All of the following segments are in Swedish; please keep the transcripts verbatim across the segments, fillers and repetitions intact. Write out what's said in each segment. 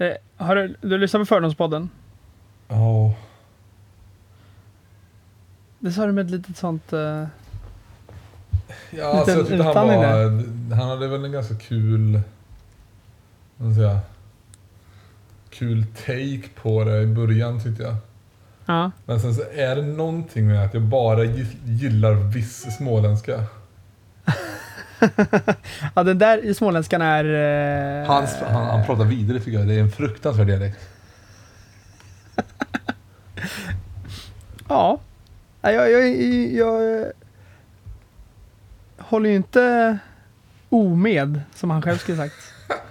Eh, har du, du lyssnat på Fördomspodden? Ja. Oh. Det sa du med ett litet sånt... Uh, ja, alltså jag tyckte han var... Han hade väl en ganska kul... Vad ska jag säga? Kul take på det i början, tyckte jag. Ja. Men sen så är det någonting med att jag bara gillar viss småländska. Ja, den där i småländskan är... Uh, han, han, han pratar vidare, tycker jag. Det är en fruktansvärd dialekt. Ja. Jag, jag, jag, jag håller ju inte omed, som han själv skulle sagt.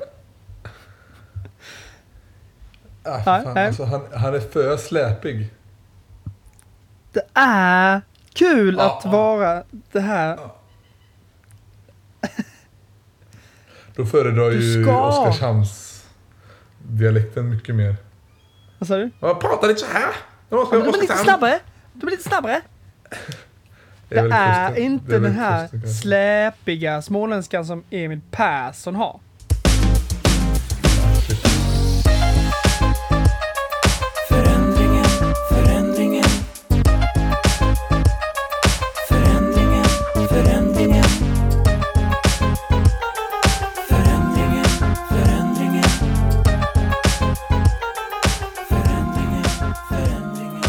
Ah, fan, alltså, han, han är för släpig. Det är kul ah, att ah. vara det här. Ah. Då föredrar ju ska... Oskarshamns dialekten mycket mer. Vad sa du? Jag pratar lite så här. Ja, du blir lite snabbare. Du blir lite snabbare. Det är, det är kusten, inte det är den här kusten, släpiga småländskan som Emil Persson har. Förändringen, förändringen. Förändringen, förändringen. Förändringen, förändringen. Förändringen, förändringen.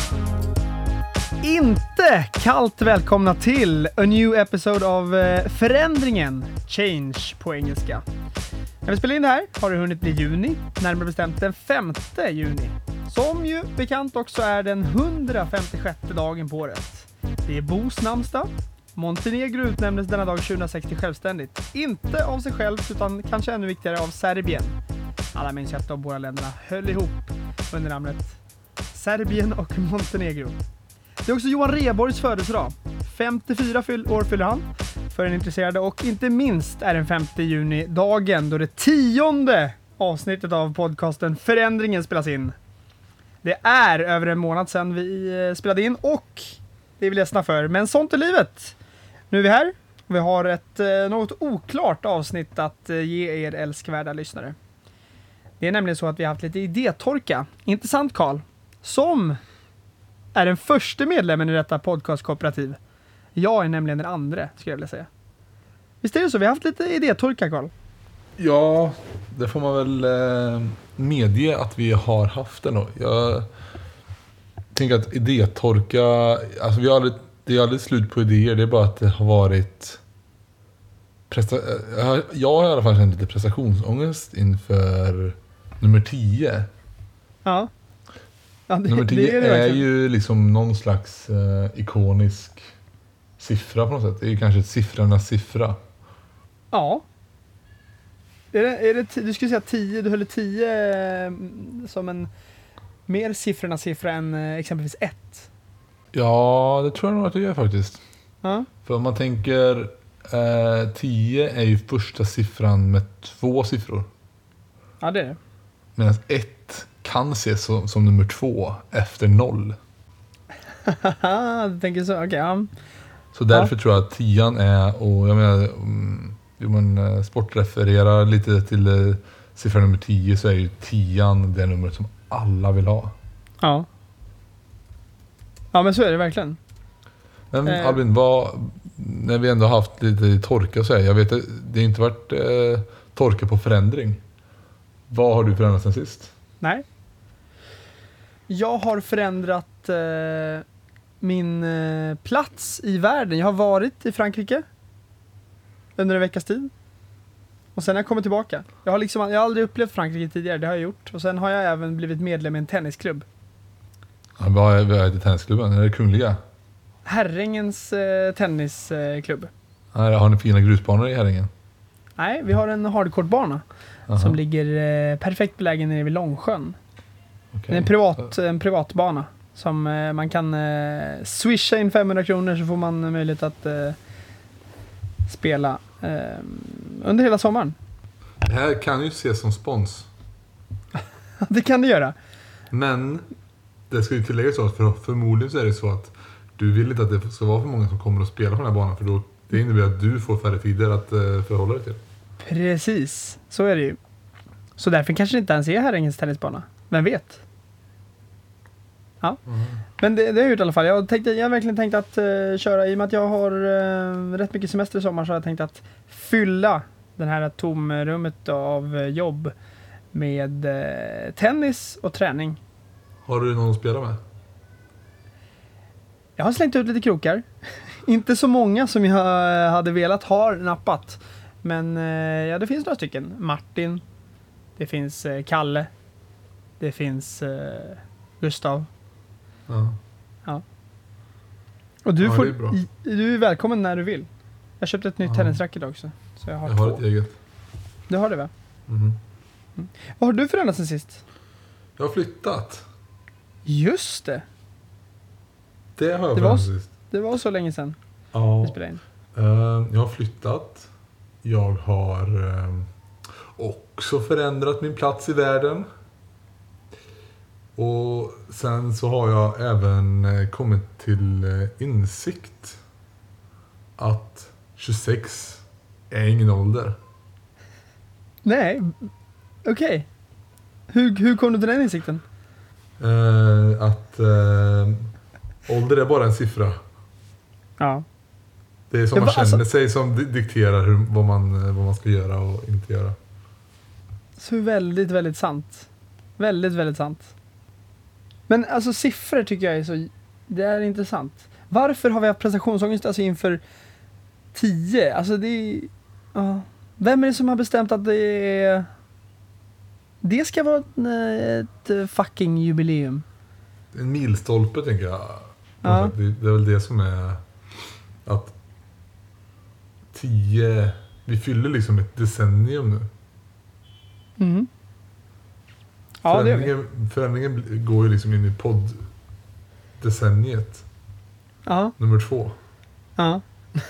Inte kallt välkomna till a new episode av uh, Förändringen, Change på engelska. När vi spelar in det här har det hunnit bli juni, närmare bestämt den femte juni. Som ju bekant också är den hundrafemtiosjätte dagen på året. Det är Bos namnsdag. Montenegro utnämndes denna dag tjugohundrasextio självständigt. Inte av sig självt utan kanske ännu viktigare av Serbien. Alla minns att de båda länderna höll ihop under namnet Serbien och Montenegro. Det är också Johan Rheborgs födelsedag. femtiofyra år fyller han. För en intresserade, och inte minst är den femte juni dagen då det tionde avsnittet av podcasten Förändringen spelas in. Det är över en månad sedan vi spelade in och det är vi ledsna för, men sånt är livet. Nu är vi här och vi har ett något oklart avsnitt att ge er älskvärda lyssnare. Det är nämligen så att vi har haft lite idétorka. Inte sant, Carl? Som är den första medlemmen i detta podcastkooperativ. Jag är nämligen den andra, skulle jag vilja säga. Visst är det så? Vi har haft lite idétorka, Carl. Ja, det får man väl eh, medge att vi har haft det nog. Jag tänker att idétorka... Alltså vi har aldrig, det är aldrig slut på idéer. Det är bara att det har varit... Presta, jag, jag har i alla fall känt lite prestationsångest inför nummer tio. Ja. Ja, det, nummer tio det är, det är ju liksom någon slags eh, ikonisk siffra på något sätt. Det är ju kanske ett siffrornas siffra. Ja. Är det, är det t- du skulle säga tio, du höll tio eh, som en mer siffrornas siffra än eh, exempelvis ett. Ja, det tror jag nog att det gör faktiskt. Ja. För om man tänker eh, tio är ju första siffran med två siffror. Ja, det är det. Medan ett kan ses som, som nummer två efter noll. Du tänker så, okej. Okay, ja. Så därför ja. tror jag att tian är, och jag menar, om man sportrefererar lite till eh, siffran nummer tio, så är ju tian det numret som alla vill ha. Ja. Ja, men så är det verkligen. Men eh. Albin, vad, när vi ändå haft lite torka så här, jag vet att det har inte varit eh, torka på förändring. Vad har du förändrat sen sist? Nej. Jag har förändrat eh, min eh, plats i världen. Jag har varit i Frankrike under en veckas tid. Och sen har jag kommit tillbaka. Jag har, liksom, jag har aldrig upplevt Frankrike tidigare, det har jag gjort. Och sen har jag även blivit medlem i en tennisklubb. Ja, vad är, vad är det tennisklubben? Är det Kungliga? Herringens eh, tennisklubb. Ja, har ni fina grusbanor i Herringen? Nej, vi har en hardcourtbana. Aha. Som ligger eh, perfekt belägen nere vid Långsjön. Okay. En, privat, en privatbana som eh, man kan eh, swisha in femhundra kronor, så får man möjlighet att eh, spela eh, under hela sommaren. Det här kan ju ses som spons. Det kan det göra. Men det ska ju tilläggas så att för, förmodligen så är det så att du vill inte att det ska vara för många som kommer att spela på den här banan, för då det innebär att du får färre tider att eh, förhålla dig till. Precis, så är det ju. Så därför kanske det inte ens är Herrängens tennisbana. Vem vet? Ja. Mm. Men det, det har jag gjort i alla fall. Jag, tänkte, jag har verkligen tänkt att uh, köra, i och med att jag har uh, rätt mycket semester i sommar, så har jag tänkt att fylla det här tomrummet av uh, jobb med uh, tennis och träning. Har du någon att spela med? Jag har slängt ut lite krokar. Inte så många som jag uh, hade velat har nappat. Men uh, ja, det finns några stycken. Martin. Det finns uh, Kalle. Det finns uh, Gustav. Ja. Ja. Och du, Ja, får, det är bra. du är välkommen när du vill. Jag köpte ett nytt Ja. tennisracket också. Så jag har Jag två. har ett eget. Du har det, va? Mhm. Vad har du förändrat sen sist? Jag har flyttat. Just det. Det har jag Det var förändrat s- sist. Det var så länge sedan vi Ja. spelade in. Eh, jag har flyttat. Jag har eh, också förändrat min plats i världen. Och sen så har jag även eh, kommit till eh, insikt att tjugosex är ingen ålder. Nej, okej. Hur, hur kom du till den insikten? Eh, att eh, ålder är bara en siffra. Ja. Det är som Ja, man va, känner alltså- sig som di- dikterar hur, vad, man, vad man ska göra och inte göra. Så väldigt, väldigt sant. Väldigt, väldigt sant. Men alltså siffror tycker jag är så... Det är intressant. Varför har vi haft prestationsångest alltså inför tio? Alltså det är... Ja. Vem är det som har bestämt att det är... Det ska vara ett, ett fucking jubileum. En milstolpe tänker jag. Ja. Det, det är väl det som är att tio, vi fyller liksom ett decennium nu. Mm. Ja, det gör vi. Förändringen, förändringen går ju liksom in i podd-decenniet, Ja, nummer två. ja.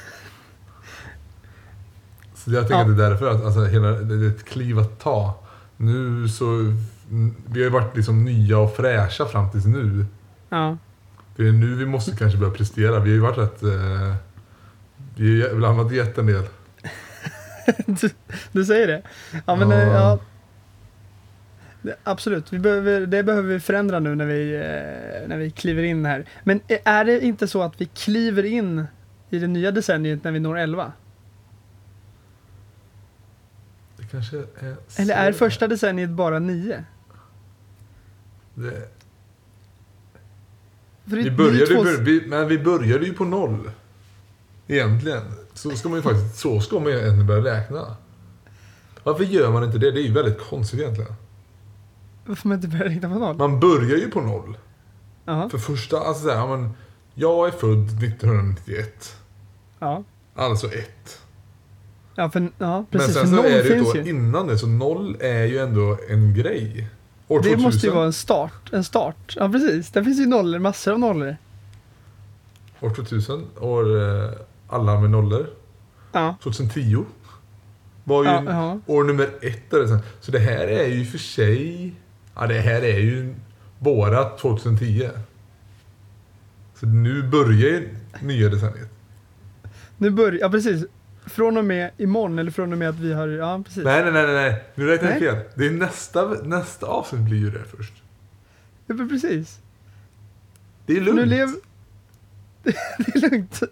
Så jag tänker Ja. att det är därför att alltså, hela, det är ett kliv att ta. Nu så, vi har ju varit liksom nya och fräscha fram tills nu. Ja. Det är nu vi måste kanske börja prestera. Vi har ju varit rätt, eh, vi har väl hamnat i ett en del. Du, du säger det. Ja, men Ja. eh, ja. Det, absolut, vi behöver, det behöver vi förändra nu när vi, eh, när vi kliver in här. Men eh, är det inte så att vi kliver in i det nya decenniet när vi når elva? Det kanske är så. Eller är första decenniet bara nio? Det, För det- vi, det är började, två- ju- vi, men vi började ju på noll. Egentligen. Så ska man ju faktiskt, så ska man ju egentligen börja räkna. Varför gör man inte det? Det är ju väldigt konstigt egentligen. Varför man inte börjar räkna på noll? Man börjar ju på noll. Jaha. För första, alltså så här, ja, men jag är född nittonhundranittioett. Ja. Alltså ett. Ja, för, ja, Men precis. sen För så noll är det ju finns då ju. innan det, så noll är ju ändå en grej. År Det tvåtusen. måste ju vara en start. En start. Ja, precis. Det finns ju nollor, massor av nollor. År tvåtusen, år eh, alla med nollor. Ja. tjugohundratio var ju Ja, ja. år nummer ett. Eller så. så det här är ju för sig... Ja, det här är ju bara tjugohundratio. Så nu börjar ju nya decenniet. Nu börjar, ja precis. Från och med imorgon, eller från och med att vi har, ja precis. Nej, nej, nej, nej, nej. Nu räknar jag Nej. fel. Det är nästa, nästa avsnitt blir ju det först. Ja, men precis. Det är lugnt. Nu lev... det är lugnt.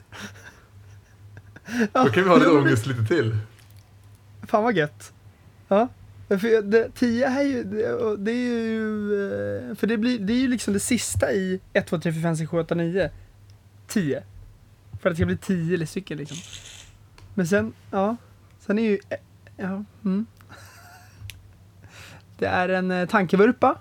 Ja, Då kan vi ha lite ja, men- ångest lite till. Fan vad gött. Ja. För det, tio är ju, det, det är ju, eh, för det blir, det är ju liksom det sista i ett, två, tre, fyra, fem, sex, sju, åtta, nio. tio. För att det ska bli tio eller stycken liksom. Men sen, ja. Sen är ju, eh, ja. Mm. Det är en eh, tankevurpa.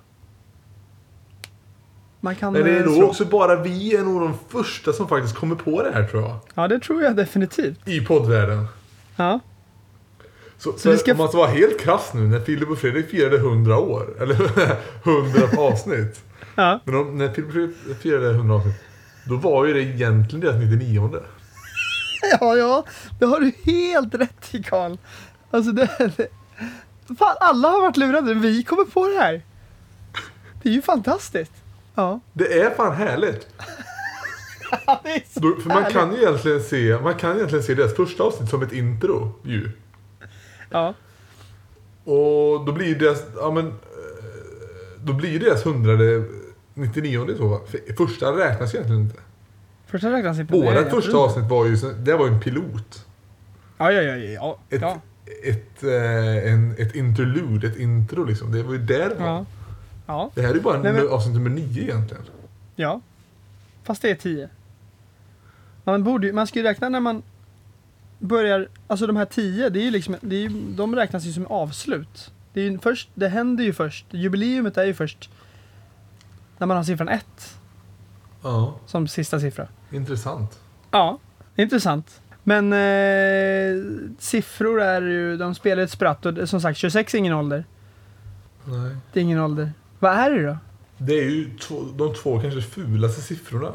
Man kan... Men det är eh, nog slå- också bara vi är nog de första som faktiskt kommer på det här, tror jag. Ja, det tror jag definitivt. I poddvärlden. Ja. Så, Så så vi ska- om man ska vara helt krass nu, när Filip och Fredrik firade hundra år, eller hundra avsnitt. Ja. Men om, när Filip och Fredrik firade hundra avsnitt, då var ju det egentligen deras nittionionde. Ja, ja. Det har du helt rätt i, Karl. Alltså det, det... Fan, alla har varit lurade. Vi kommer på det här. Det är ju fantastiskt. Ja. Det är fan härligt. Det är så Då, för man härligt. kan ju egentligen se, man kan egentligen se deras första avsnitt som ett intro ju. Ja. Och då blir deras, ja men, eh, då blir deras hundrade nittionionde så va? För första räknas egentligen inte. Första räknas inte. Båda Nej, första absolut. avsnitt var ju, det var ju en pilot. Ja, ja, ja. ja, Ett, ja. ett, eh, en, ett interlude, ett intro liksom. Det var ju där det var. ja. ja. Det här är ju bara Nej, men- avsnitt nummer nio egentligen. Ja, fast det är tio. Man, borde, ju- man ska ju räkna när man börjar, alltså de här tio, det är ju liksom, det är ju, de räknas ju som avslut. Det, är ju först, det händer ju först, jubileumet är ju först när man har siffran ett Ja, som sista siffra. intressant. Ja, intressant. Men eh, siffror är ju, de spelar ett spratt och det- som sagt tjugosex är ingen ålder. Nej. Det är ingen ålder. Vad är det då? Det är ju två, de två kanske fulaste siffrorna.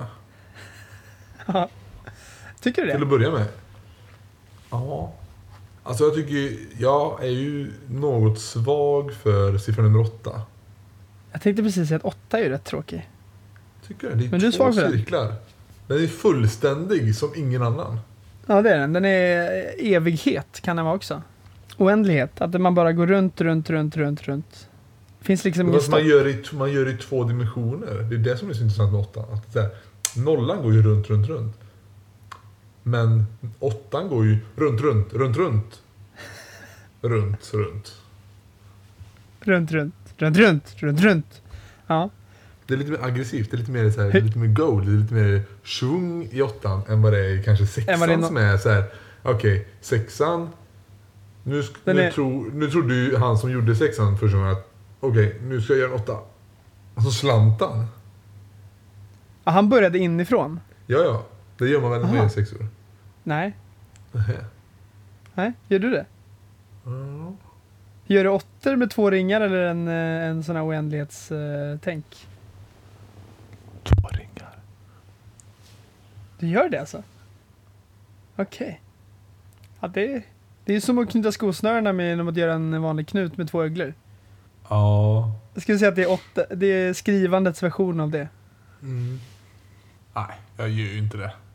Tycker du Till det? att börja med. Ja. Alltså jag tycker, jag är ju något svag för siffran nummer åtta. Jag tänkte precis säga att åtta är ju rätt tråkig. Tycker jag. Det är Men du är två svag för den? cirklar. Den är fullständig som ingen annan. Ja, det är den. Den är evighet kan den vara också. Oändlighet. Att man bara går runt, runt, runt, runt, runt. Finns liksom Det ingen är man, stopp. gör i, man gör i två dimensioner. Det är det som är så intressant med åttan. Att det är, nollan går ju runt, runt, runt. Men åttan går ju runt, runt, runt, runt. Runt, runt. Runt, runt, runt, runt, runt, runt. Ja. Det är lite mer aggressivt. Det är lite mer, så här, det är lite mer gold. Det är lite mer svung i åttan än vad det är i kanske sexan Än vad det är no- som är så här. Okej, okay, sexan. Nu, sk- Den nu, är- tro, nu trodde ju han som gjorde sexan första gången att okej, okay, nu ska jag göra en åtta. Och så slant han. Ja, han började inifrån. Ja, ja. Det gör man väl Aha. med sexor. Nej. Nähä. Nej, gör du det? Ja. Gör du åttor med två ringar eller en, eh, en sån här oändlighetstänk? Två ringar. Du gör det alltså? Okej. Ja, det, det är som att knyta skosnörena med genom att göra en vanlig knut med två öglor. Ja. Jag skulle säga att det är, åtta, det är skrivandets version av det. Mm. Nej, jag gör ju inte det.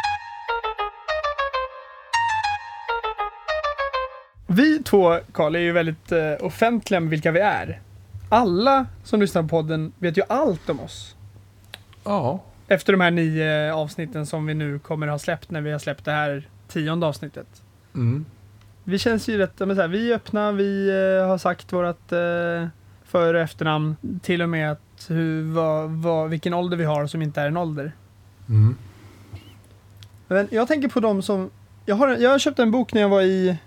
Vi två, Karl, är ju väldigt eh, offentliga med vilka vi är. Alla som lyssnar på podden vet ju allt om oss. Ja. Efter de här nio avsnitten som vi nu kommer ha släppt när vi har släppt det här tionde avsnittet. Mm. Vi känns ju rätt, men så här, vi är öppna, vi eh, har sagt vårat eh, för- och efternamn. Till och med att hur, vad, vad, vilken ålder vi har som inte är en ålder. Mm. Men jag tänker på dem som... Jag, har, jag köpte en bok när jag var i...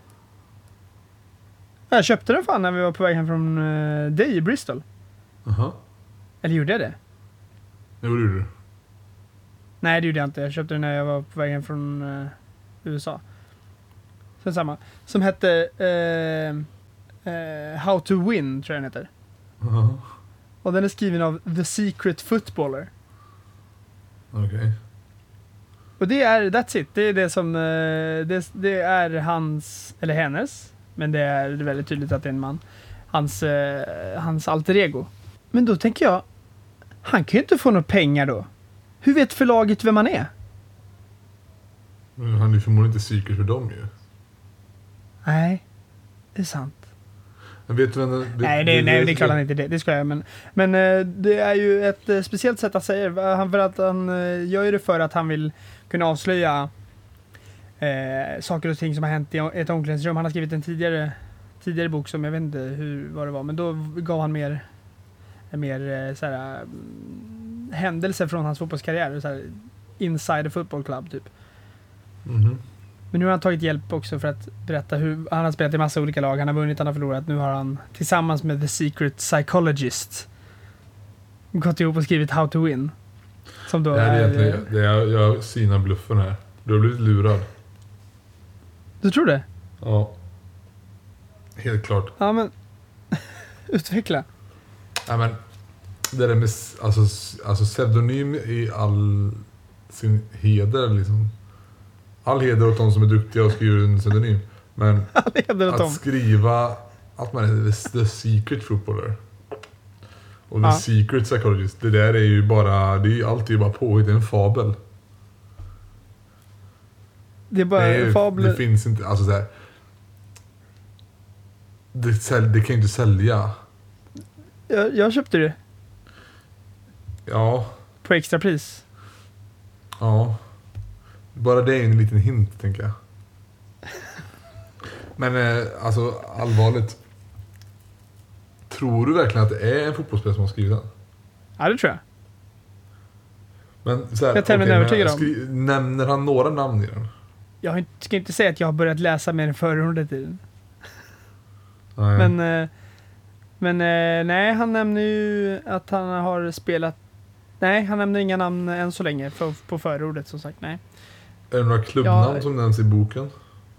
Jag köpte den fan när vi var på väg hem från uh, dig i Bristol. Aha. Eller gjorde jag det? Det gjorde du. Nej, det gjorde jag inte. Jag köpte den när jag var på väg hem från uh, U S A. Så samma. Som hette uh, uh, How to Win, tror jag den heter. Aha. Och den är skriven av The Secret Footballer. Okej. Okay. Och det är, that's it. Det är det som, uh, det, det är hans, eller hennes, men det är väldigt tydligt att det är en man. Hans, uh, hans alter ego. Men då tänker jag, han kan ju inte få några pengar då. Hur vet förlaget vem han är? Men han är ju förmodligen inte psykisk för dem ju. Nej, det är sant. Men vet du vem det, nej, det, nej, det är klart han inte är det. Det ska jag. Men, men eh, det är ju ett eh, speciellt sätt att säga det. Han, för att han eh, gör ju det för att han vill kunna avslöja eh, saker och ting som har hänt i ett omklädningsrum. Han har skrivit en tidigare, tidigare bok som jag vet inte hur, vad det var. Men då gav han mer, mer eh, såhär, mm, händelser från hans fotbollskarriär. Såhär, inside a football club typ. Mhm. Men nu har han tagit hjälp också för att berätta hur han har spelat i massa olika lag. Han har vunnit, han har förlorat. Nu har han tillsammans med The Secret Psychologist gått ihop och skrivit How to Win. Som då Det här är är... egentligen, det är, jag synar bluffen här. Du har blivit lurad. Du tror det? Ja. Helt klart. Ja, men... Utveckla. Nej men, det där med s- alltså, s- alltså pseudonym i all sin heder liksom. All heder åt de som är duktiga och skriver en pseudonym. Men Han leder åt att dem. skriva att man är the, the secret footballer och the Ja. secret psychologist, det där är ju bara, det är ju alltid bara påhitt, det är en fabel. Det är bara det, är, fabler. det finns inte, alltså så här. det, säl- det kan ju inte sälja. Jag, jag köpte det Ja, på extra pris. ja. Bara det är en liten hint, tänker jag. Men eh, alltså, allvarligt. Tror du verkligen att det är en fotbollsspelare som har skrivit den? Ja, det tror jag. Men så här, Jag är tämligen okej, övertygad men om. skri- Nämner han några namn i den? Jag har inte- ska inte säga att jag har börjat läsa mer än förordet i den. Nej. Men, eh, men eh, nej, han nämner ju att han har spelat... Nej, han nämner inga namn än så länge för, på förordet, som sagt. Nej. Är det några klubbnamn Ja. som nämns i boken?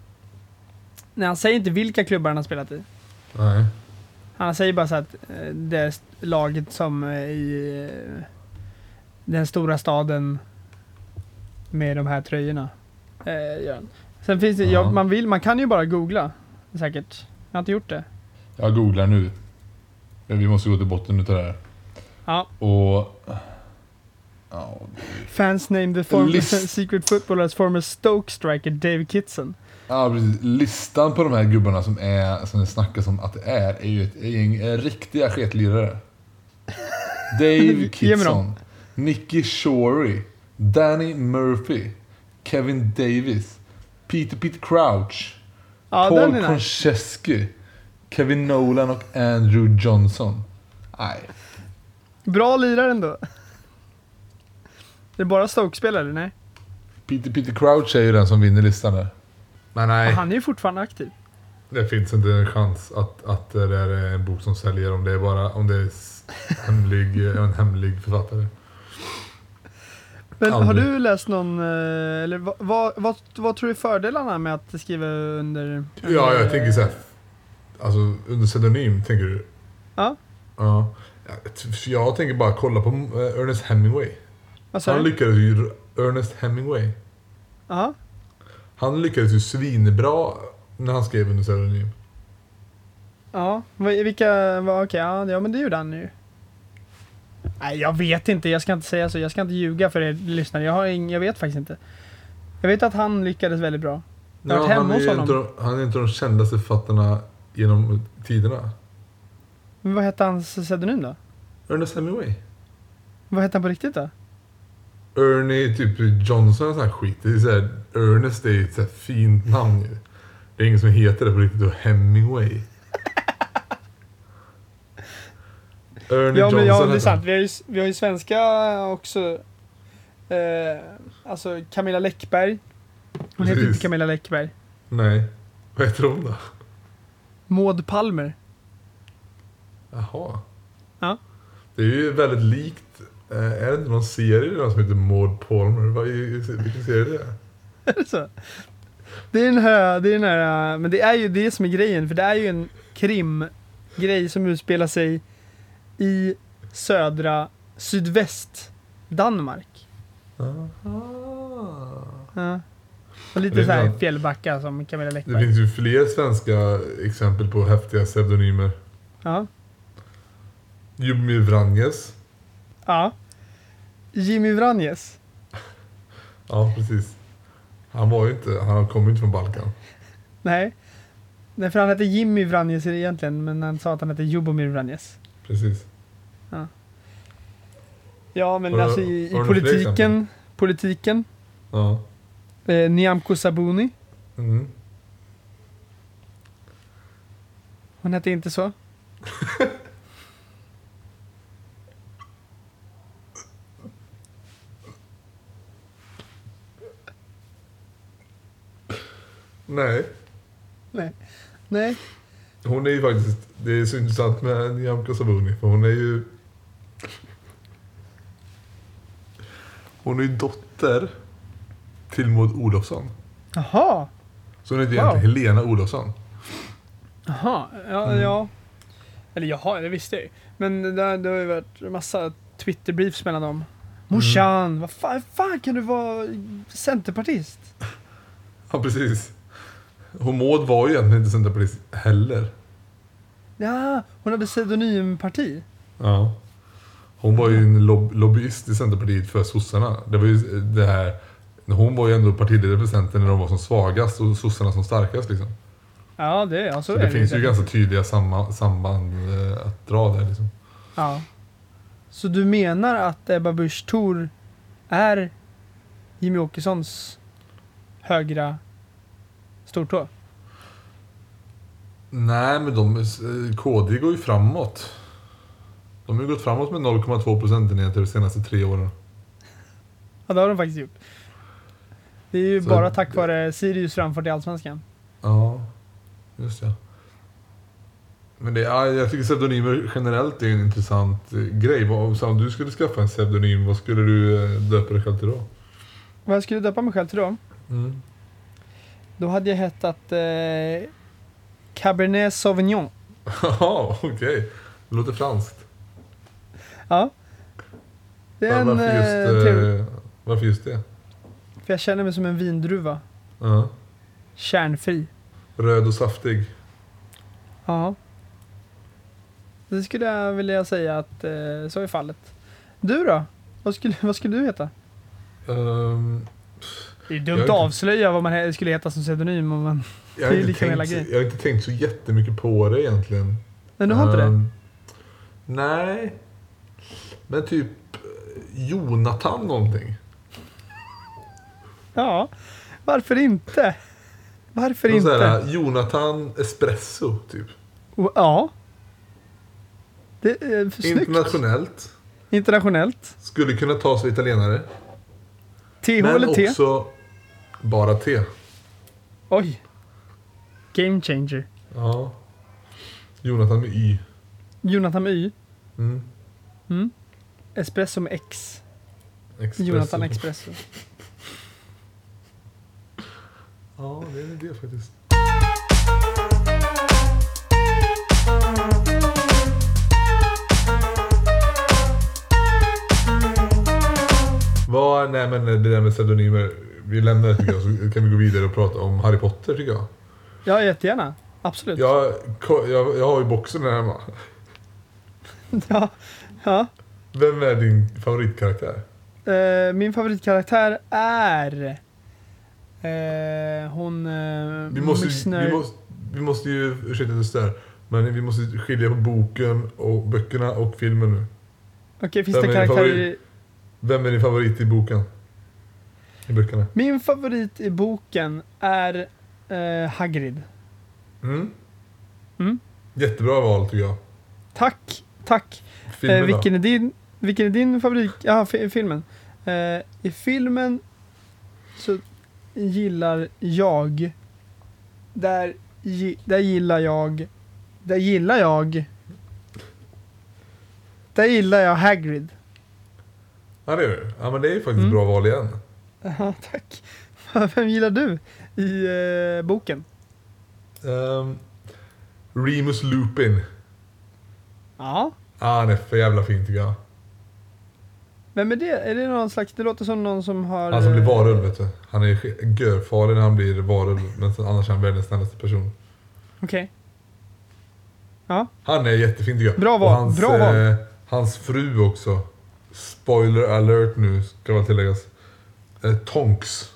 nej, han säger inte vilka klubbar han har spelat i. Nej. Han säger bara så att eh, det är st- laget som eh, i eh, den stora staden med de här tröjorna. Eh, gör han. Sen finns det, Ja. ja, man, vill, man kan ju bara googla, säkert. Jag har inte gjort det. Jag googlar nu. Vi måste gå till botten utav det här. Ja. Och... Ja, Fans name the former List- secret footballer as former Stoke striker David Kitson. ja, precis. Listan på de här gubbarna som, är, som det snackas om att det är, är ju ett är ju en, en riktiga sketlirare. Dave Ge mig Kitson, dem. Nicky Shorey, Danny Murphy, Kevin Davis, Peter Peter Crouch, Ja, Paul den är nice. Konchesky, Kevin Nolan och Andrew Johnson. Nej. Bra lirare ändå. Det är bara Stoke-spelare, nej. Peter Peter Crouch är ju den som vinner listan där. Men nej, Och han är ju fortfarande aktiv. det finns inte en chans att, att det är en bok som säljer om det är bara om det är s- hemlig, en hemlig författare. Men har Aldrig. du läst någon, eh, eller vad, vad, vad, vad tror du är fördelarna med att skriva under... Ja, jag under, tänker så här. Alltså under pseudonym, tänker du? Ja. Ja. Jag, jag tänker bara kolla på eh, Ernest Hemingway. Vad sa Han du? lyckades ju, Ernest Hemingway. Ja. Han lyckades ju svinbra när han skrev under pseudonym. Ja, vad- vilka, vad, okej, ja, ja men det gjorde han ju. Nej, jag vet inte, jag ska inte säga så, jag ska inte ljuga för er lyssnare, jag, har ing, jag vet faktiskt inte. Jag vet att han lyckades väldigt bra. Jag har varit hemma han, är hos ju honom. inte, de- han är inte de kändaste författarna genom tiderna. Men vad hette hans pseudonym då? Ernest Hemingway. Vad hette han på riktigt då? Ernie typ Johnson och sån här skit. Det är så här, Ernest är ett så här fint namn ju. Det är ingen som heter det på riktigt då. Hemingway. Ernie Ja, men ja, Johnson det är heter sant. han. Vi har ju, vi har ju svenska också. Eh, alltså Camilla Läckberg. Hon heter Precis. inte Camilla Läckberg. Nej. Vad heter hon då? Maud Palmer. Jaha. Ja. Det är ju väldigt likt. Eh, är det inte någon serie då som heter Maud Palmer? Vad är, vilken serie det är? Är det så? Det är den här, det är den här, men det är ju det som är grejen, för det är ju en krimgrej som utspelar sig i södra, sydväst Danmark. Aha. Ja. Och Det lite är så här bra. fjällbacka som Camilla Det Läckberg. finns ju fler svenska exempel på häftiga pseudonymer. Ja. Jimmy Vranjes. Ja. Jimmy Vranjes. Ja, precis. Han var ju inte, han kom ju inte från Balkan. Nej. Nej, för han hette Jimmy Vranjes egentligen, men han sa att han hette Jubomir Vranjes. Precis. Ja, men Har du- alltså i, i har du några fler politiken, exempel? politiken, Ja. eh, Nyamko Sabuni. Mm. Hon hette inte så. Nej. Nej. Nej. Hon är ju faktiskt, det är så intressant med Nyamko Sabuni, för hon är ju... Hon är ju dotter till Maud Olofsson. Jaha. Så hon heter Wow. egentligen Helena Olofsson. Jaha. Ja, Mm. ja. Eller jaha, det visste jag ju. Men det, det har ju varit en massa Twitter-briefs mellan dem. Morsan, vad fan, fan kan du vara centerpartist? Ja, precis. Hon Maud var ju egentligen inte centerpartist heller. Ja, hon hade pseudonymparti. Ja. Hon var ju en lob- lobbyist i Centerpartiet för sossarna. Det var ju det här... Hon var ju ändå partiledare för Centern när de var som svagast och sossarna som starkast liksom. Ja, det, ja, så Så är det, det finns ju definitivt. ganska tydliga samma, samband eh, att dra där liksom. Ja. Så du menar att Ebba Busch Thor är Jimmy Åkessons högra stortå? Nej, men de, eh, K D går ju framåt. De har ju gått framåt med noll komma två procentenheter de senaste tre åren. Ja, det har de faktiskt gjort. Det är ju Så- bara tack vare Sirius framfört i Allsvenskan. Ja, just det. Men det, ja, jag tycker pseudonymer generellt är en intressant eh, grej. Vad- Så om du skulle skaffa en pseudonym, vad skulle du eh, döpa dig själv till då? Vad jag skulle döpa mig själv till då? Mm. Då hade jag hetat eh, Cabernet Sauvignon. Jaha, okej. Det låter franskt. Ja. Det är Var- en varför, just, eh, trevlig, eh, varför just det? för jag känner mig som en vindruva. Ja. Kärnfri. Röd och saftig. Ja. Det skulle jag vilja säga att eh, så är fallet. Du då? Vad skulle, vad skulle du heta? Um, Det är Jag dumt vet att inte. avslöja vad man he- skulle heta som pseudonym. Om man... jag, har Det är inte liksom hela tänkt, grejen. jag har inte tänkt så jättemycket på det egentligen. Men du har inte det? Ehm, Nej. Men typ eh, Jonathan någonting. Ja. Varför inte? Varför Någon inte? så här, Jonathan Espresso typ. Och, ja. Det är för snyggt. Internationellt. Internationellt. Skulle kunna tas för italienare. T H Men eller T? också bara te. Oj. Game changer. Ja. Jonathan med Y. Jonathan med Y. Mm. Mm. Espresso med X. Espresso. Jonathan Espresso. Ja, det är en idé faktiskt. Vad, nej men det där med pseudonymer, vi lämnar det tycker jag, så kan vi gå vidare och prata om Harry Potter tycker jag. Ja, jättegärna. Absolut. Jag, jag, jag har ju boxen här hemma. Ja. Ja. Vem är din favoritkaraktär? Eh, min favoritkaraktär är eh, hon uh, Vi måste, vi måste, vi måste ju, ursäkta att jag stör, men vi måste skilja på boken och böckerna och filmen nu. Okej, finns Vem det är din karaktärer favorit? i... Vem är din favorit i boken? I böckerna? Min favorit i boken är eh, Hagrid. Mm. Mm. Jättebra val tycker jag. Tack, tack. Filmen Eh, då? vilken, är din, vilken är din favorit? Ja, fi- filmen. Eh, I filmen så gillar jag... Där, gi- där gillar jag... Där gillar jag... Där gillar jag Hagrid. Ja det gör du. Ja men det är ju faktiskt Mm. bra val igen. Ja, tack. Vem gillar du i eh, boken? Um, Remus Lupin. Ja. Ah, han är för jävla fin tycker jag. Vem är det? Är det någon slags... Det låter som någon som har... Han som blir eh, varulv vet du. Han är görfarlig när han blir varulv. Men sen annars är han världens snällaste person. Okej. Ja. Han är jättefin tycker jag. Bra Och val, hans, bra val. Eh, hans fru också. Spoiler alert nu ska väl tilläggas. Eh, Tonks.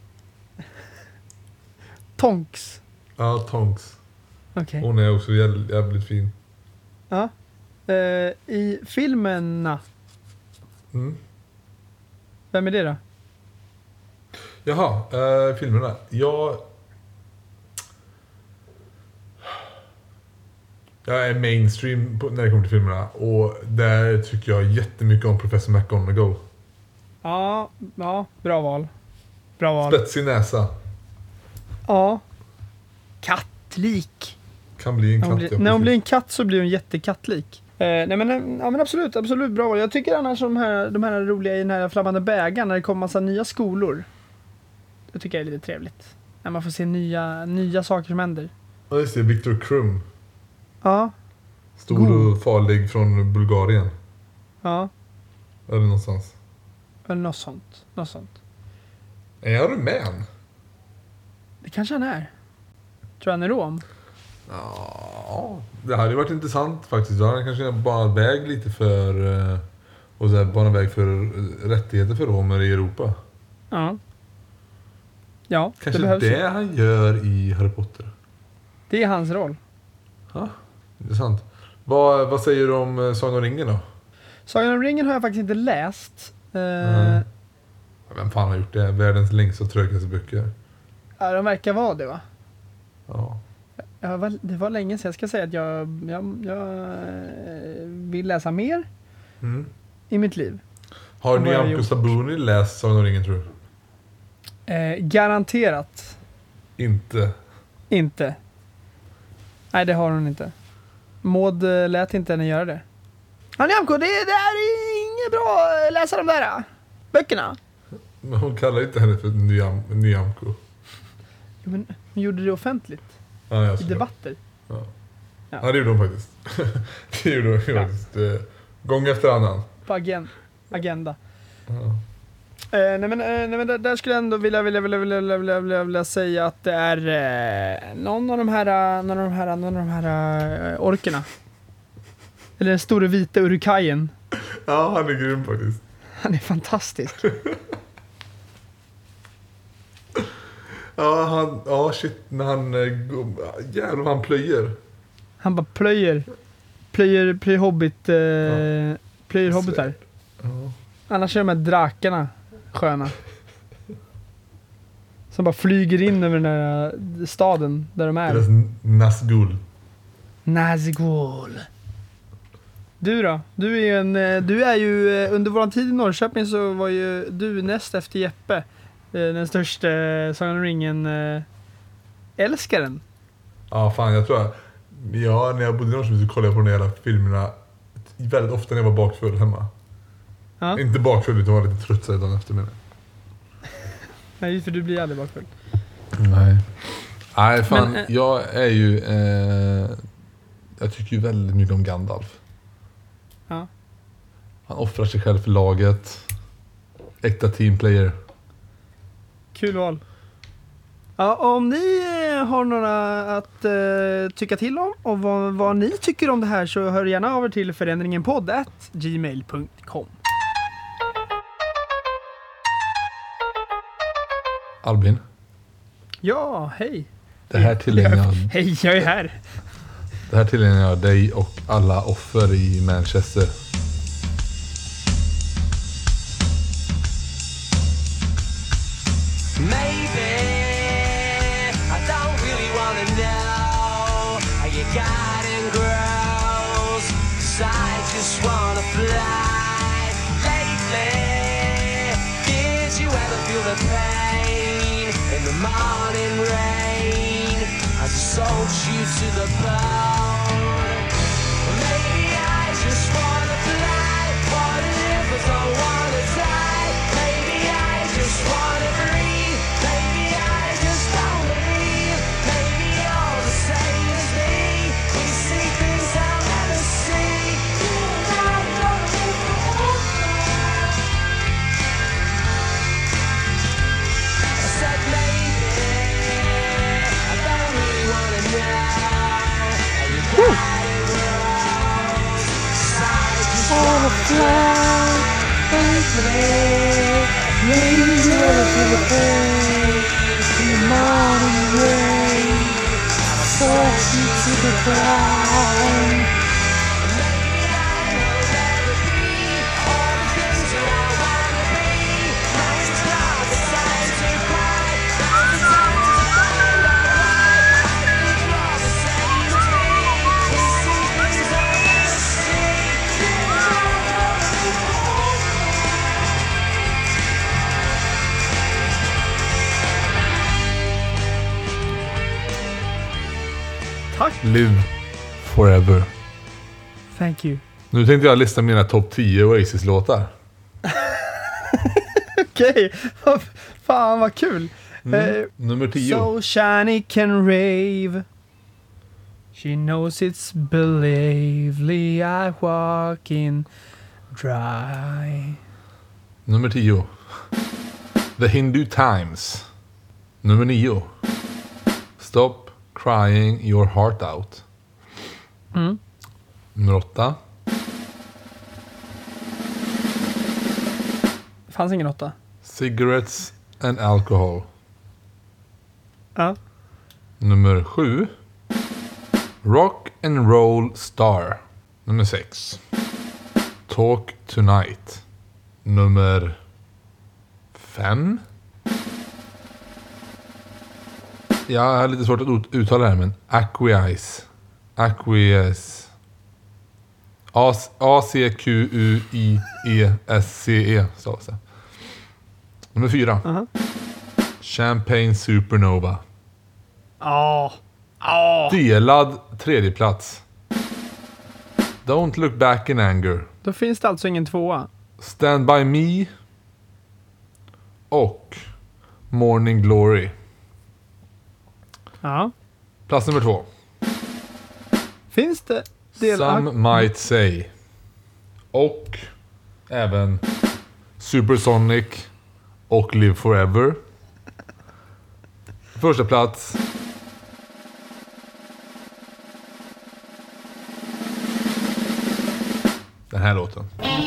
Tonks. Ja, Tonks. Okej. Hon är också jävligt, jävligt fin. Ja. Eh, I filmerna. Mm. Vem är det då? Jaha, eh, filmerna. Jag... Jag är mainstream på, när det kommer till filmerna. Och där tycker jag jättemycket om Professor McGonagall. Ja, ja, bra val. Bra val. Spetsig näsa. Ja. Kattlik. Kan bli en När hon, katt. blir, ja, när hon precis. blir en katt så blir hon jättekattlik. Eh, nej men, ja, men absolut, absolut bra val. Jag tycker annars de här, de här roliga i den här flammande bägaren när det kommer massa nya skolor. Det tycker jag är lite trevligt. När man får se nya, nya saker som händer. Ja, just det. Victor Krum. Ja, Stor God. och farlig från Bulgarien. ja. Eller någonstans. Eller något sånt. Något sånt. Är jag rumän? Det kanske han är. Tror han är rom? Ja, det hade ju varit intressant faktiskt. Då hade han kanske bara väg lite för... eh, Och så här, bara väg för eh, rättigheter för romer i Europa. Ja. Ja, Kanske det behövs. det han gör i Harry Potter. Det är hans roll. Ja, intressant. Vad, vad säger du om eh, Sagan om ringen då? Sagan om ringen har jag faktiskt inte läst. Uh, Mm. Vem fan har gjort det? Världens längsta och trögaste böcker. Ja, de verkar vara det, va? Ja. Jag var, det var länge sedan. Jag ska säga att jag, jag, jag eh, vill läsa mer Mm. i mitt liv. Har Vad har jag Nyamko gjort? Sabuni läst Sagan om ringen, tror du? Eh, garanterat Inte. inte. Nej, det har hon inte. Maud eh, lät inte henne göra det. Ja, Nyamko, det, det är inget bra att läsa de där eh, böckerna. Men hon kallar inte henne för Nyam, Nyamko. Jo, men hon gjorde det offentligt. Ja, jag I ska- debatter. Ja. Ja. Ja, det gjorde hon faktiskt. Det gjorde hon Ja. faktiskt. Eh, gång efter annan. På agen- agenda. Ja. Eh, nej men, eh, nej men där, där skulle jag ändå vilja, vilja, vilja, vilja, vilja, vilja, vilja, vilja säga att det är eh, någon av de här, eh, någon av de här, någon av de här eh, orkerna. Eller den store vita urukajen. Ja, han är grym faktiskt. Han är fantastisk. Ja, han, ja shit, när han, eh, går- jävlar vad han plöjer. Han bara plöjer, plöjer, plöjer hobbit, eh, plöjer hobbitar. Ja. Annars är de här drakarna sköna. Som bara flyger in över den där eh, staden där de är. Deras Nazgul. Nazgul. Du då? Du är ju en, eh, du är ju eh, under vår tid i Norrköping så var ju du näst efter Jeppe eh, den största eh, Sagan om ringen eh, älskaren. Ja, fan jag tror jag. Ja, när jag bodde i Norrköping så kollade jag på de jävla filmerna väldigt ofta när jag var bakfull hemma. Ja. Inte bakfull utan var lite trött så dagen efter menar. Nej, för du blir aldrig bakfull. Nej. Nej, fan. Men, eh, jag är ju... Eh, jag tycker ju väldigt mycket om Gandalf. Ja. Han offrar sig själv för laget. Äkta teamplayer. Kul val. Ja, om ni eh, har några att eh, tycka till om och vad, vad ni tycker om det här så hör gärna av er till förändringenpodd at gmail punkt com. Albin, Ja, hej. det här tillägnar jag, Hej, jag är här. det här tillägnar jag dig och alla offer i Manchester. Maybe I don't really wanna know how your garden grows. 'Cause I just wanna fly. Lately, did you ever feel the pain in the morning rain as it soaks you to the bone? Well, maybe I just wanna fly. What if I don't wanna die? Maybe I just wanna breathe. Maybe I just don't believe. Maybe you're the same as me. We see things I'll never see. I said maybe I don't really wanna know how you got it wrong. 'Cause I just wanna fly. Tack. Live forever. Thank you. Nu tänkte jag lista mina topp tio Oasis-låtar. Okej, okay. Fan vad kul. Eh, Nummer tio. so shiny can rave. She knows it's believely I walk in dry. Nummer tio. The Hindu Times. Nummer nio. Stop crying your heart out. Mm. Nummer åtta. Det fanns ingen åtta. Cigarettes and alcohol. Ja. Nummer sju. Rock and Roll Star. Nummer sex. Talk Tonight. Nummer fem. Jag har lite svårt att uttala det här, men Acquiesce. Acquiesce. A C Q U I E S C E. Så. Nummer fyra. Uh-huh. Champagne Supernova. Ja. Ja. Delad tredje plats. Don't Look Back in Anger. Då finns det alltså ingen tvåa. Stand By Me. Och Morning Glory. Ja. Plats nummer två. Finns det del... Some Might Say. Och även Supersonic och Live Forever. Första plats. Den här låten.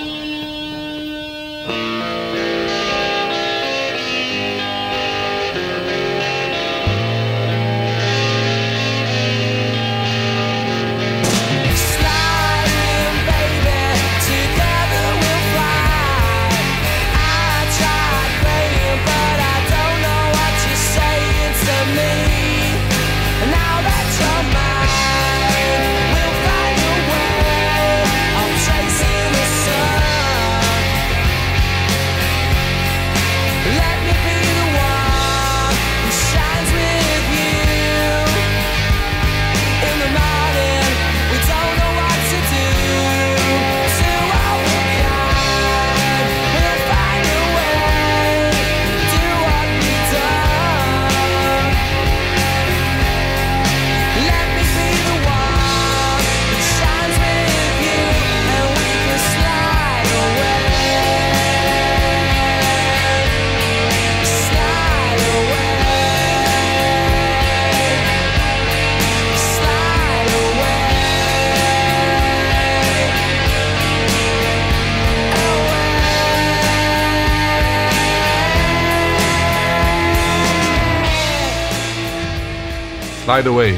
Slide Away.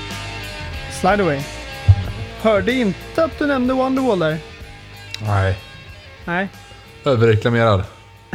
Slide Away. Hörde inte att du nämnde Wonderwall där. Nej. Nej. Överreklamerad.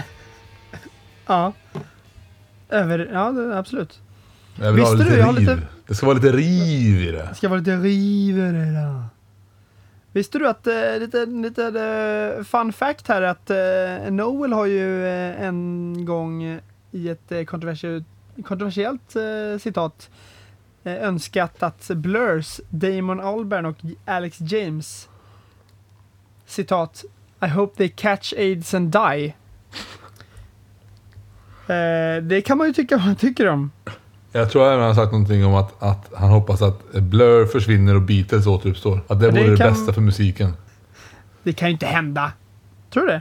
Ja. Över... Ja, det, absolut. Jag vill ha Visste lite du, jag har riv. lite- Det ska vara lite riv i det. Det ska vara lite rivare då. Visste du att, äh, lite, lite äh, fun fact här, att äh, Noel har ju äh, en gång äh, i ett äh, kontroversiellt, kontroversiellt äh, citat äh, önskat att Blurs, Damon Albarn och Alex James, citat, I hope they catch AIDS and die. Äh, det kan man ju tycka vad man tycker om. Jag tror även han har sagt någonting om att, att han hoppas att Blur försvinner och Beatles återuppstår. Att det Men det vore det kan- bästa för musiken. Det kan ju inte hända. Tror du det?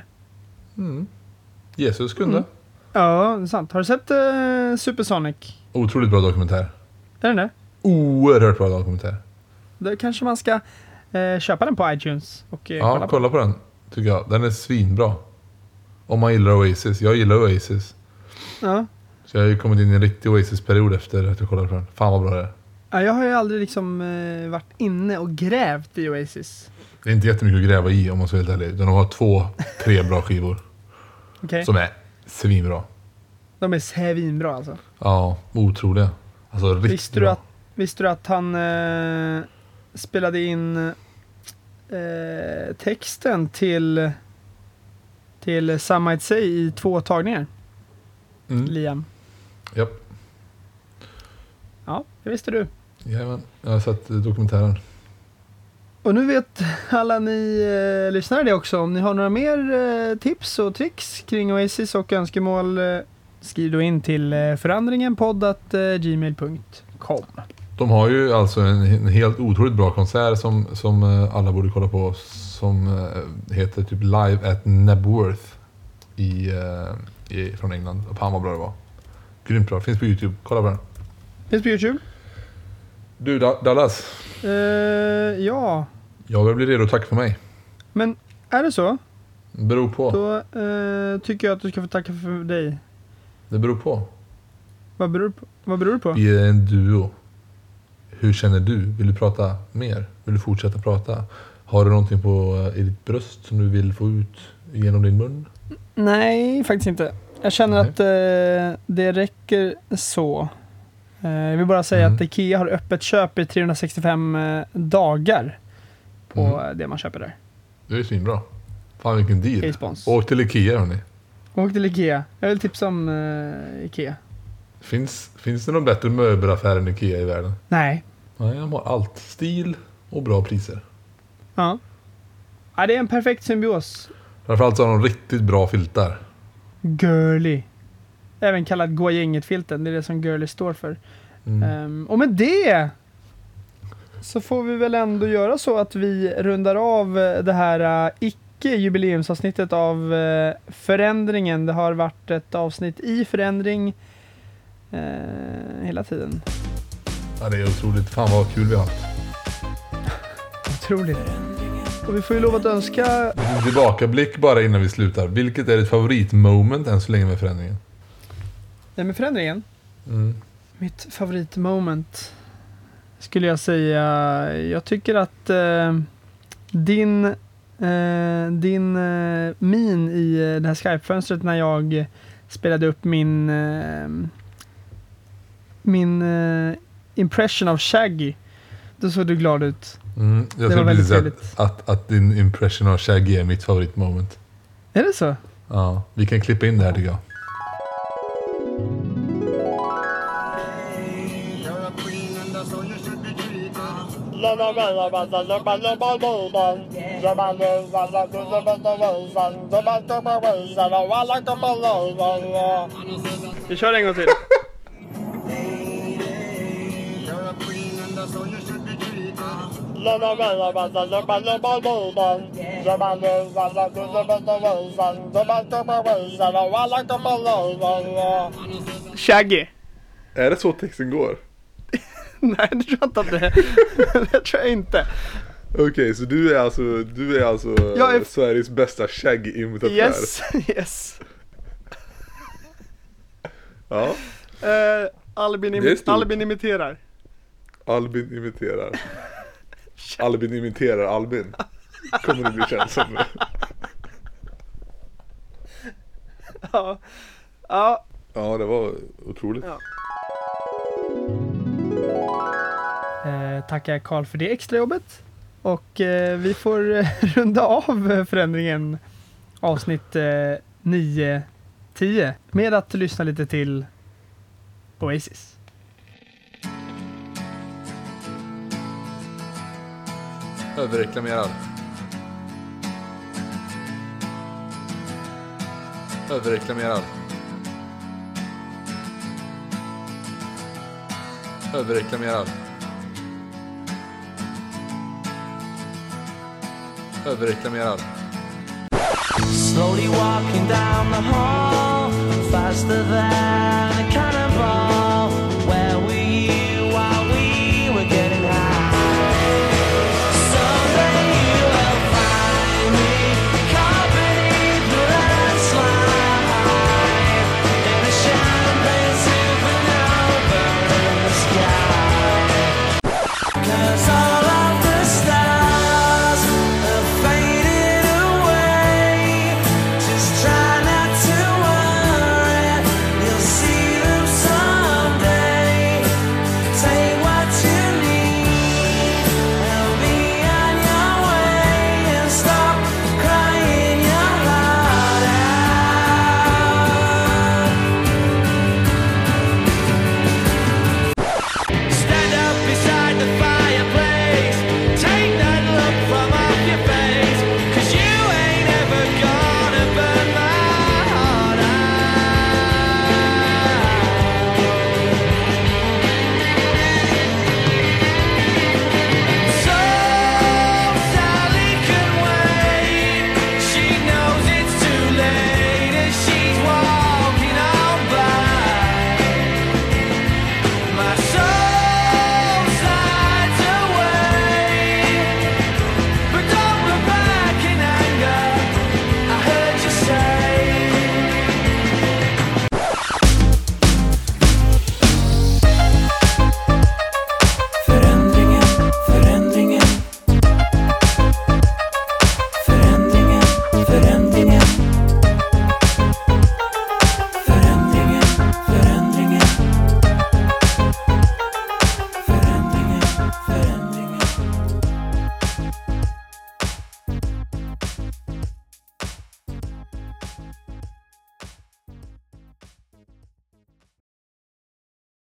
Jesus kunde. Mm. Ja, det är sant. Har du sett uh, Supersonic? Otroligt bra dokumentär. Är den det? Oerhört bra dokumentär. Då kanske man ska uh, köpa den på iTunes och uh, Ja, kolla på. kolla på den. Tycker jag. Den är svinbra. Om man gillar Oasis. Jag gillar Oasis. Ja. Så jag har ju kommit in i en riktig Oasis-period efter att jag kollade på den. Fan vad bra det är. Ja, jag har ju aldrig liksom uh, varit inne och grävt i Oasis. Det är inte jättemycket att gräva i om man ska vara helt ärlig. Utan de har två, tre bra skivor. Okej. Som är svinbra. De är svinbra alltså. Ja, otroliga. Alltså riktigt Visste du bra. att, visste du att han uh, spelade in uh, texten till till Some Might Say i två tagningar? Mm. Liam. Japp. Ja, det visste du. Jajamän. Jag har sett dokumentären. Och nu vet alla ni eh, lyssnare det också. Om ni har några mer eh, tips och tricks kring Oasis och önskemål, eh, skriv då in till eh, förändringenpodd at gmail punkt com. De har ju alltså en, en helt otroligt bra konsert som, som eh, alla borde kolla på. Som eh, heter typ Live at Nebworth i, eh, i, från England. Fan vad bra det var. Grymt bra. Finns på YouTube. Kolla på den. Finns på YouTube. Du Da- Dallas. Eh, ja, Jag börjar bli redo att tacka för mig. men är det så? Det beror på. Då eh, tycker jag att du ska få tacka för dig. Det beror på. Vad beror, på? Vad beror det på? Vi är en duo. hur känner du? Vill du prata mer? Vill du fortsätta prata? Har du någonting på i ditt bröst som du vill få ut genom din mun? Nej, faktiskt inte. Jag känner Nej. att eh, det räcker så. Eh, jag vill bara säga Mm. att Ikea har öppet köp i trehundrasextiofem eh, dagar på Mm. det man köper där. Det är svinbra. Fan vilken deal. K-spons. Åk till Ikea hörni. Åk till Ikea. Jag vill tipsa om eh, Ikea. Finns, finns det någon bättre möbelaffär än Ikea i världen? Nej. Nej, de har allt. Stil och bra priser. Ja. Ja, det är en perfekt symbios. Framförallt så har de riktigt bra filtar. Girly. Även kallad Gå gänget-filten. Det är det som Girly står för. Mm. Um, och med det så får vi väl ändå göra så att vi rundar av eh, det här uh, icke-jubileumsavsnittet av uh, förändringen. Det har varit ett avsnitt i förändring uh, hela tiden. Ja, det är otroligt. Fan vad kul vi har haft. Otroligt. Och vi får ju lov att önska... En tillbakablick bara innan vi slutar. Vilket är ditt favoritmoment än så länge med förändringen? Nej, med förändringen. Mm. Mitt favoritmoment skulle jag säga. Jag tycker att eh, din eh, din eh, min i eh, det här Skype-fönstret när jag spelade upp min eh, min eh, impression av Shaggy. Då såg du glad ut. Mm. Jag Det var tror väldigt precis trevligt. att, att, att din impression av Shaggy är mitt favoritmoment. Är det så? Ja, vi kan klippa in det här tycker jag. Vi kör en gång till. Shaggy. Är det så texten går? Nej, det tror jag inte att det är. Det tror jag inte. Okej, okay, så du är alltså, du är alltså Jag är... Sveriges bästa Shaggy-imitatör? Yes, yes. Ja. Uh, Albin, im- Albin imiterar. Albin imiterar. Albin imiterar Albin. Kommer det bli känt som nu. Ja. Ja. Ja, det var otroligt. Ja. Eh, tackar Carl för det extra jobbet. Och eh, vi får eh, runda av förändringen avsnitt eh, nio tio med att lyssna lite till Oasis. Överreklamerad. Överreklamerad. Överreklamerad. Överreklamerad. Slowly walking down the hall, faster than